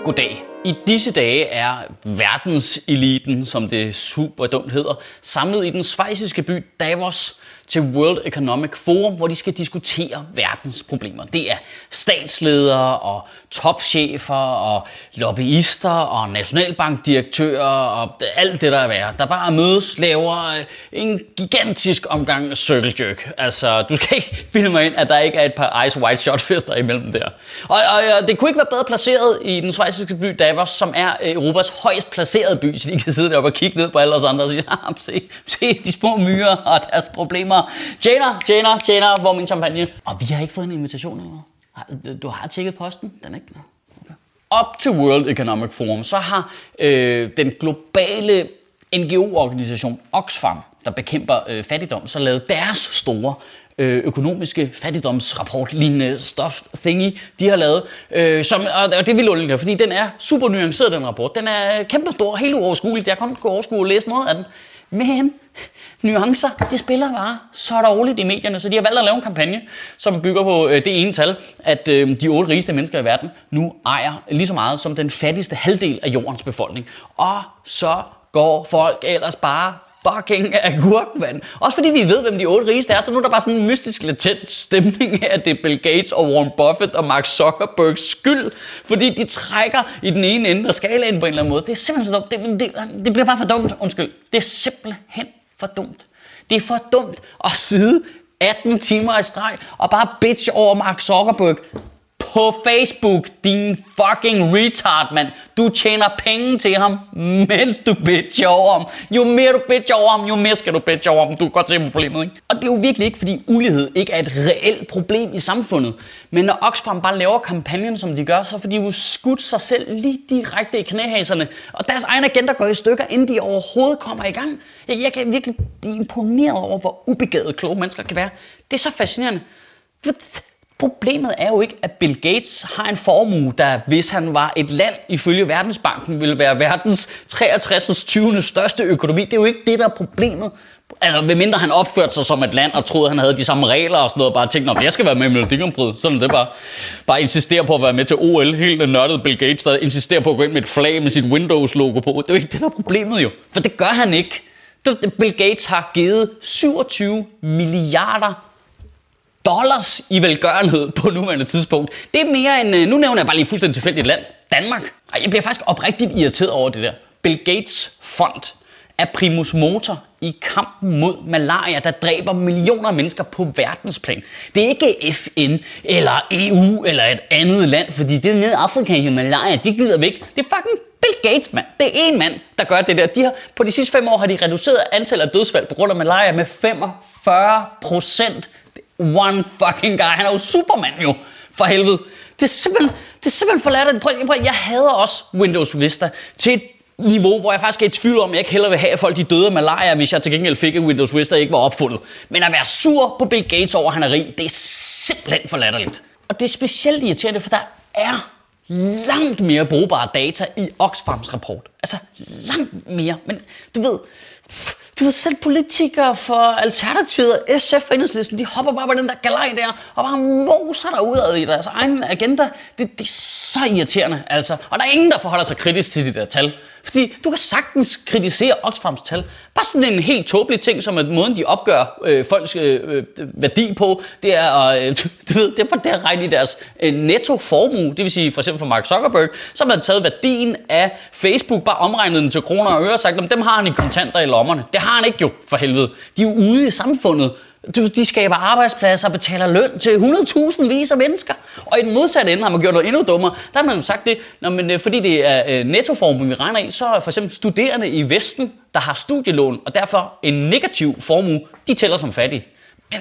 Goddag. I disse dage er verdenseliten, som det super dumt hedder, samlet i den schweiziske by Davos til World Economic Forum, hvor de skal diskutere verdens problemer. Det er statsledere og topchefer og lobbyister og nationalbankdirektører og alt det der er værd, der bare mødes, laver en gigantisk omgang circle jerk. Altså, du skal ikke bilde mig ind, at der ikke er et par Ice White Shot fester imellem der. Og det kunne ikke være bedre placeret i den schweiziske by Davos, som er Europas højst placerede by, så de kan sidde deroppe og kigge ned på alle os andre og sige, se de små myrer og deres problemer. Tjener, hvor er min champagne? Og vi har ikke fået en invitation eller noget. Du har tjekket posten? Den er ikke. Okay. Op til World Economic Forum, så har den globale NGO-organisation Oxfam, der bekæmper fattigdom, så lavet deres store økonomiske fattigdomsrapport lignende stuff thingy, de har lavet, og det er vildt underligt, fordi den er super nuanceret, den rapport. Den er kæmpe stor, helt uoverskuelig. Jeg kan ikke overskue at læse noget af den. Men nuancer, de spiller bare så dårligt i medierne, så de har valgt at lave en kampagne, som bygger på det ene tal, at de 8 rigeste mennesker i verden nu ejer lige så meget som den fattigste halvdel af jordens befolkning. Og så går folk ellers bare fucking agurk, mand. Også fordi vi ved, hvem de 8 rigeste er, så nu er der bare sådan en mystisk latent stemning af, at det er Bill Gates og Warren Buffett og Mark Zuckerbergs skyld, fordi de trækker i den ene ende af skalaen på en eller anden måde. Det er simpelthen så dumt. Det bliver bare for dumt, undskyld. Det er simpelthen for dumt. Det er for dumt at sidde 18 timer i streg og bare bitch over Mark Zuckerberg på Facebook, din fucking retard, mand. Du tjener penge til ham, mens du bitcher over ham. Jo mere du bitcher over ham, jo mere skal du bitche over ham. Du kan godt se problemet, ikke? Og det er jo virkelig ikke, fordi ulighed ikke er et reelt problem i samfundet. Men når Oxfam bare laver kampagnen, som de gør, så får de jo skudt sig selv lige direkte i knæhaserne. Og deres egen agenda går i stykker, inden de overhovedet kommer i gang. Jeg kan virkelig blive imponeret over, hvor ubegavet kloge mennesker kan være. Det er så fascinerende. Problemet er jo ikke, at Bill Gates har en formue, der, hvis han var et land ifølge Verdensbanken, ville være verdens 63. 20. største økonomi. Det er jo ikke det, der er problemet. Altså, ved mindre han opførte sig som et land og troede, han havde de samme regler og sådan noget, bare tænkte, jeg skal være med i Melodi Grand Prix. Sådan det bare insistere på at være med til OL. Helt nørdet Bill Gates, der insisterer på at gå ind med et flag med sit Windows-logo på. Det er jo ikke det, der er problemet jo. For det gør han ikke. Bill Gates har givet 27 milliarder dollars i velgørenhed på nuværende tidspunkt. Det er mere end, nu nævner jeg bare lige fuldstændig tilfældigt land, Danmark. Jeg bliver faktisk oprigtigt irriteret over det der. Bill Gates fond er primus motor i kampen mod malaria, der dræber millioner af mennesker på verdensplan. Det er ikke FN eller EU eller et andet land, fordi det er nede i Afrika, malaria, de gider væk. Det er fucking Bill Gates, mand. Det er en mand, der gør det der. På de sidste 5 år har de reduceret antallet af dødsfald på grund af malaria med 45%. One fucking guy. Han er jo Superman jo, for helvede. Det er simpelthen for latterligt. Jeg hader også Windows Vista til et niveau, hvor jeg faktisk er i tvivl om, jeg ikke hellere vil have, at folk de døde af malaria, hvis jeg til gengæld fik, at Windows Vista ikke var opfundet. Men at være sur på Bill Gates over, han er rig, det er simpelthen for latterligt. Og det er specielt irriterende, for der er langt mere brugbare data i Oxfams rapport. Altså langt mere. Men du ved, selv politikere for Alternativet og SF og Enhedslisten, de hopper bare på den der galej der, og bare moser derudad i deres egen agenda. Det er så irriterende, altså. Og der er ingen, der forholder sig kritisk til de der tal. Fordi du kan sagtens kritisere Oxfams tal. Bare sådan en helt tåbelig ting, som at måden de opgør folks værdi på, det er det er at regne i deres nettoformue. Det vil sige for eksempel for Mark Zuckerberg, så har man taget værdien af Facebook, bare omregnet den til kroner og øre og sagt, dem har han i kontanter i lommerne. Det har han ikke jo, for helvede. De er jo ude i samfundet. De skaber arbejdspladser og betaler løn til 100.000 vis af mennesker. Og i den modsatte ende har man gjort noget endnu dummere. Der har man jo sagt det, men fordi det er nettoformuen, vi regner i, så er for eksempel studerende i Vesten, der har studielån, og derfor en negativ formue, de tæller som fattige. Men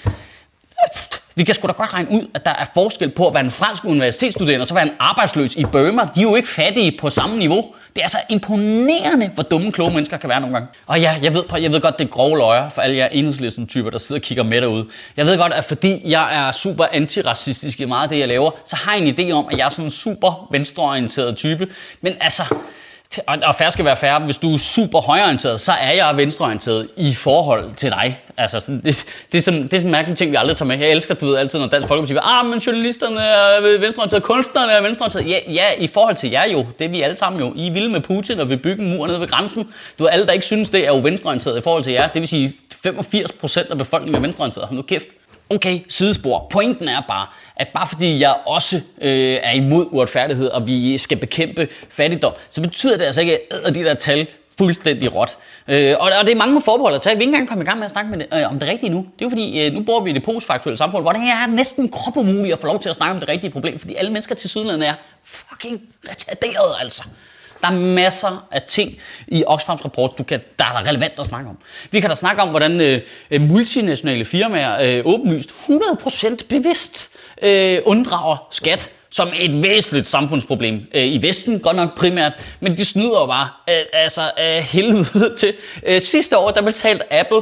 vi kan sgu da godt regne ud, at der er forskel på at være en fransk universitetsstuderende og så være en arbejdsløs i Burma. De er jo ikke fattige på samme niveau. Det er altså imponerende, hvor dumme kloge mennesker kan være nogle gange. Og ja, jeg ved godt, det er grove løjer for alle jer Enhedslisten-typer, der sidder og kigger med derude. Jeg ved godt, at fordi jeg er super antiracistisk i meget af det, jeg laver, så har jeg en idé om, at jeg er sådan en super venstreorienteret type. Men altså, Og fair skal være fair. Hvis du er super højreorienteret, så er jeg venstreorienteret i forhold til dig. Altså, det er sådan en mærkelig ting, vi aldrig tager med. Jeg elsker, du ved, altid, når Dansk Folkeparti siger, men journalisterne er venstreorienteret, kunstnerne er venstreorienteret. Ja, i forhold til jer jo. Det er vi alle sammen jo. I er vilde med Putin og vil bygge en mur nede ved grænsen. Du ved, alle, der ikke synes, det er jo venstreorienteret i forhold til jer. Det vil sige, 85% af befolkningen er venstreorienteret. Hold nu kæft. Okay, sidespor. Pointen er bare, at bare fordi jeg også er imod uretfærdighed, og vi skal bekæmpe fattigdom, så betyder det altså ikke, at de der tal fuldstændig råt. Og det er mange forbehold at tage. Vi er ikke engang kommet i gang med at snakke med det, om det rigtige nu. Det er jo fordi, nu bor vi i det postfaktuelle samfund, hvor det er næsten kropumuligt at få lov til at snakke om det rigtige problem, fordi alle mennesker til sydenlandet er fucking retarderet, altså. Der er masser af ting i Oxfams rapport, der er relevant at snakke om. Vi kan da snakke om, hvordan multinationale firmaer åbenlyst 100% bevidst unddrager skat som et væsentligt samfundsproblem. I Vesten godt nok primært, men de snyder jo bare helvede til. Sidste år, der betalte Apple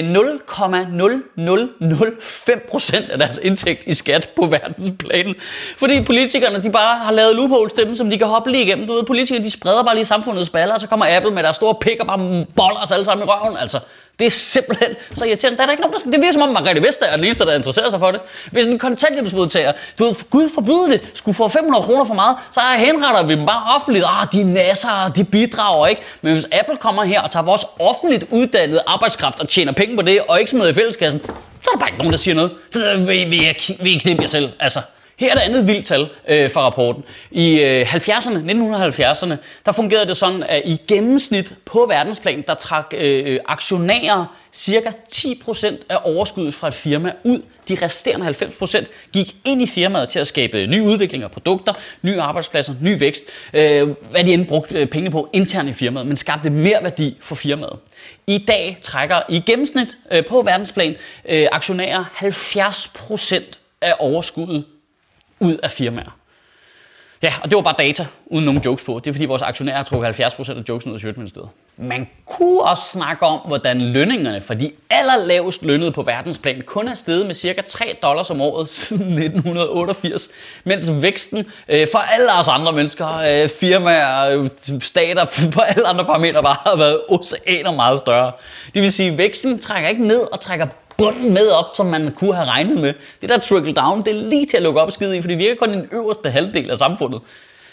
0,0005% af deres indtægt i skat på verdensplan. Fordi politikerne, de bare har lavet loopholes til dem, som de kan hoppe lige igennem. Du ved, politikerne, de spreder bare lige samfundets baller, og så kommer Apple med deres store pik og bare boller os alle sammen i røven, altså. Det er simpelthen så irriterende. Der er ikke nogen, det virker som om Margrethe Vestager er den eneste, der interesserer sig for det. Hvis en kontanthjælpsmodtager, du ved, Gud forbyde det, skulle få 500 kroner for meget, så henretter vi dem bare offentligt. De nasser, de bidrager ikke. Men hvis Apple kommer her og tager vores offentligt uddannede arbejdskraft og tjener penge på det, og ikke smider i fælleskassen, så er der bare ikke nogen, der siger noget. Vi knipper jer selv, altså. Her er det andet vildt tal fra rapporten. I 1970'erne, der fungerede det sådan, at i gennemsnit på verdensplan, der trak aktionærer cirka 10% af overskuddet fra et firma ud. De resterende 90% gik ind i firmaet til at skabe nye udviklinger, produkter, nye arbejdspladser, ny vækst. Hvad de end brugte penge på internt i firmaet, men skabte mere værdi for firmaet. I dag trækker i gennemsnit på verdensplan aktionærer 70% af overskuddet ud af firmaer. Ja, og det var bare data, uden nogen jokes på. Det er fordi vores aktionærer har trukket 70% af jokes ud af Sjøtministeriet. Man kunne også snakke om, hvordan lønningerne for de allerlavest lønnede på verdensplan kun er steget med cirka $3 om året siden 1988, mens væksten for alle os andre mennesker, firmaer, stater, på alle andre parametre bare har været oceaner meget større. Det vil sige, at væksten trækker ikke ned og trækker bunden med op, som man kunne have regnet med. Det der trickle down, det er lige til at lukke op skide i, for det virker kun den øverste halvdel af samfundet.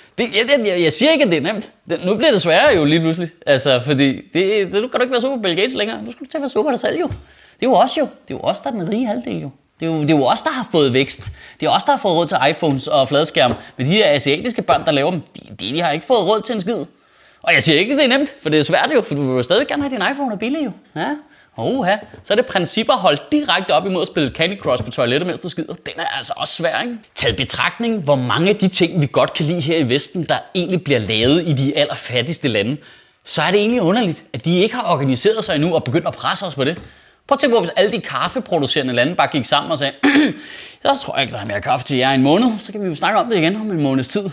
Jeg siger ikke, at det er nemt. Nu bliver det sværere jo lige pludselig. Altså, fordi nu kan du ikke være super Bill Gates længere. Nu skal du til at være super dig selv jo. Det er jo os, der er den rige halvdel jo. Det er jo os, der har fået vækst. Det er os, der har fået råd til iPhones og fladskærm. Men de her asiatiske børn, der laver dem, de har ikke fået råd til en skid. Og jeg siger ikke, at det er nemt, for det er svært jo, for du vil jo stadig gerne have din iPhone og billig jo. Ja. Så er det principper holdt direkte op imod at spille Candy Crush på toilettet, mens du skider. Den er altså også svær, ikke? Tag betragtning, hvor mange af de ting, vi godt kan lide her i Vesten, der egentlig bliver lavet i de allerfattigste lande, så er det egentlig underligt, at de ikke har organiseret sig endnu og begyndt at presse os på det. Prøv at tænke på, hvis alle de kaffeproducerende lande bare gik sammen og sagde, så tror jeg ikke, der er mere kaffe til jer i en måned, så kan vi jo snakke om det igen om en måneds tid.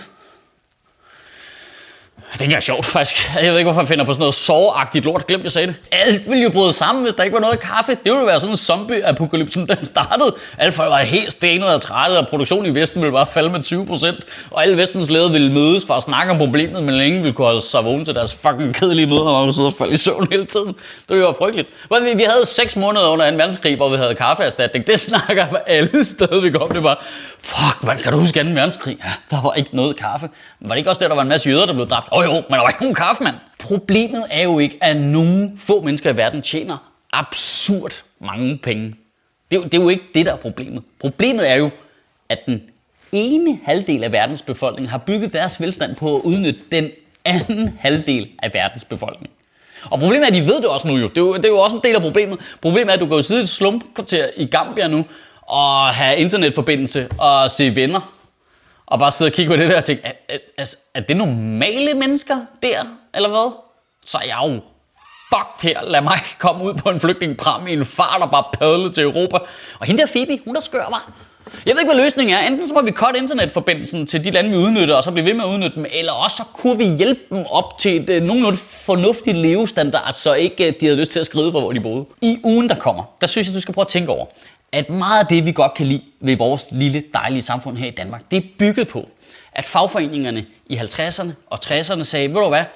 Det er ikke sjovt, faktisk. Jeg ved ikke, hvorfor jeg finder på sådan noget såragtigt lort. Glem, jeg sagde det. Alt ville jo bryde sammen, hvis der ikke var noget kaffe. Det ville være sådan en zombie-apokalypsen, den startede. Alle folk var helt stenet og trættet, og produktionen i Vesten ville bare falde med 20%. Og alle Vestens ledere ville mødes for at snakke om problemet, men ingen ville kunne holde sig vågen til deres fucking kedelige møder, og sidde og falde i søvn hele tiden. Det ville jo være frygteligt. Vi havde 6 måneder under 2. verdenskrig, hvor vi havde kaffeerstatning. Det snakker alle steder, vi kom. Det var, fuck, man, kan du huske 2. verdenskrig? Ja, der var ikke noget kaffe. Var det ikke også der var en masse jøder, der blev dræbt? Jo, men der var ikke nogen kaffe, mand. Problemet er jo ikke, at nogle få mennesker i verden tjener absurd mange penge. Det er jo ikke det, der er problemet. Problemet er jo, at den ene halvdel af verdens befolkning har bygget deres velstand på at udnytte den anden halvdel af verdens befolkning. Og problemet er, at de ved det også nu jo. Det er jo også en del af problemet. Problemet er, at du kan jo sidde i et slumpkvarter i Gambia nu og have internetforbindelse og se venner. Og bare sidde og kigge på det der og tænke, er det normale mennesker der, eller hvad? Så er jeg jo, fuck her, lad mig komme ud på en flygtningepram i en fart og bare padle til Europa. Og hende der Phoebe, hun der skør mig. Jeg ved ikke, hvad løsningen er. Enten så må vi cutte internetforbindelsen til de lande, vi udnytter, og så blive ved med at udnytte dem, eller også så kunne vi hjælpe dem op til et nogenlunde fornuftigt levestandard, så ikke de havde lyst til at skrive på, hvor de boede. I ugen, der kommer, der synes jeg, du skal prøve at tænke over, at meget af det, vi godt kan lide ved vores lille, dejlige samfund her i Danmark, det er bygget på, at fagforeningerne i 50'erne og 60'erne sagde, ved du hvad,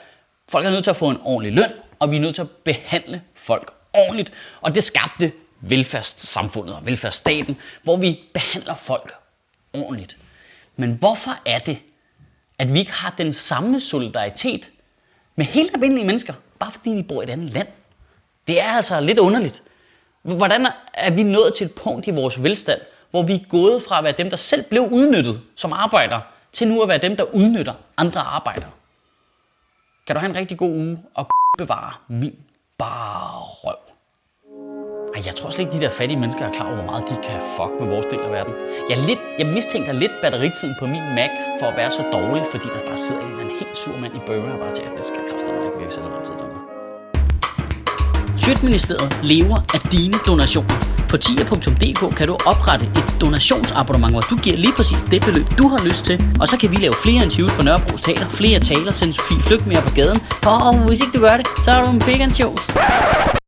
Folk er nødt til at få en ordentlig løn, og vi er nødt til at behandle folk ordentligt. Og det skabte velfærdssamfundet og velfærdsstaten, hvor vi behandler folk ordentligt. Men hvorfor er det, at vi ikke har den samme solidaritet med helt almindelige mennesker, bare fordi de bor i et andet land? Det er altså lidt underligt. Hvordan er vi nået til et punkt i vores velstand, hvor vi er gået fra at være dem, der selv blev udnyttet som arbejdere, til nu at være dem, der udnytter andre arbejdere? Kan du have en rigtig god uge og bevare min bare røv? Ej, jeg tror slet ikke, de der fattige mennesker er klar over, hvor meget de kan fuck med vores del af verden. Jeg mistænker lidt batteritiden på min Mac for at være så dårlig, fordi der bare sidder en eller anden helt sur mand i Burma og bare tænker, at det skal kraftedeme ikke virke selv tid derude. Sjøtministeriet lever af dine donationer. På tier.dk kan du oprette et donationsabonnement, hvor du giver lige præcis det beløb, du har lyst til. Og så kan vi lave flere interviews på Nørrebros Teater, flere taler, sende Sofie Flygt mere på gaden. Og hvis ikke du gør det, så er du en vegan shows.